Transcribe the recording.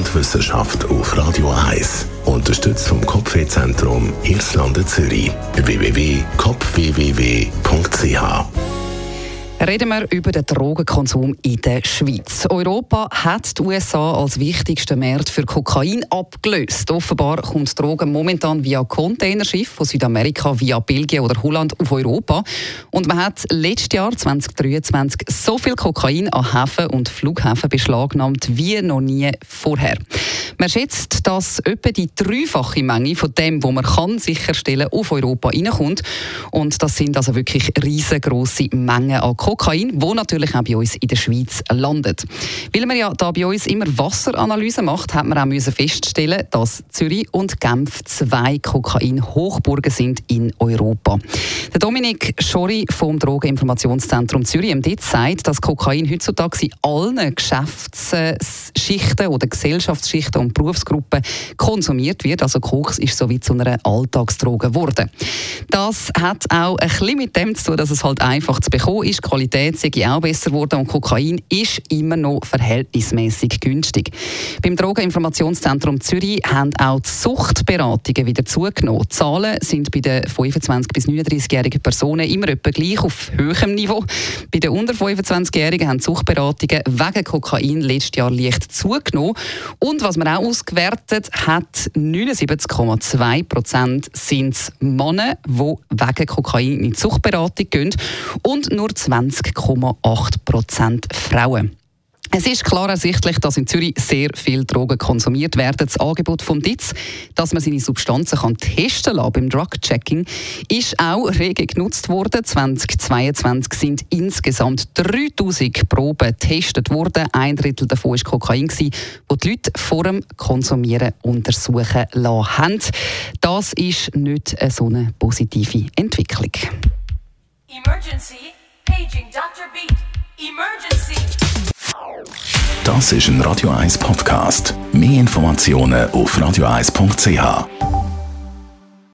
Wissenschaft auf Radio 1. Unterstützt vom Kopfwehzentrum Irlande Zürich. www.kopfwww.ch. Reden wir über den Drogenkonsum in der Schweiz. Europa hat die USA als wichtigsten Markt für Kokain abgelöst. Offenbar kommt Drogen momentan via Containerschiff von Südamerika via Belgien oder Holland auf Europa. Und man hat letztes Jahr 2023 so viel Kokain an Häfen und Flughäfen beschlagnahmt wie noch nie vorher. Man schätzt, dass etwa die dreifache Menge von dem, was man kann sicherstellen kann, auf Europa reinkommt. Und das sind also wirklich riesengroße Mengen an Kokain, wo natürlich auch bei uns in der Schweiz landet. Weil man ja da bei uns immer Wasseranalysen macht, hat man auch feststellen, dass Zürich und Genf 2 Kokain-Hochburgen sind in Europa. Der Dominik Schori vom Drogeninformationszentrum Zürich sagt, dass Kokain heutzutage in allen Geschäftsschichten oder Gesellschaftsschichten und Berufsgruppen konsumiert wird. Also Koks ist so wie zu einer Alltagsdroge geworden. Das hat auch ein bisschen mit dem zu tun, dass es halt einfach zu bekommen ist. Die Qualität sei auch besser geworden und Kokain ist immer noch verhältnismäßig günstig. Beim Drogeninformationszentrum Zürich haben auch die Suchtberatungen wieder zugenommen. Die Zahlen sind bei den 25- bis 39-jährigen Personen immer etwa gleich auf höherem Niveau. Bei den unter 25-Jährigen haben die Suchtberatungen wegen Kokain letztes Jahr leicht zugenommen. Und was man auch ausgewertet hat, 79,2% sind Männer, die wegen Kokain in die Suchtberatung gehen und nur 20,8% Frauen. Es ist klar ersichtlich, dass in Zürich sehr viel Drogen konsumiert werden. Das Angebot vom DIZ, dass man seine Substanzen testen kann beim Drug-Checking, ist auch rege genutzt worden. 2022 sind insgesamt 3000 Proben getestet worden. 1/3 davon war Kokain, das die Leute vor dem Konsumieren untersuchen lassen haben. Das ist nicht so eine positive Entwicklung. Emergency, paging Dr. Beat. Emergency. Das ist ein Radio 1 Podcast. Mehr Informationen auf radio1.ch.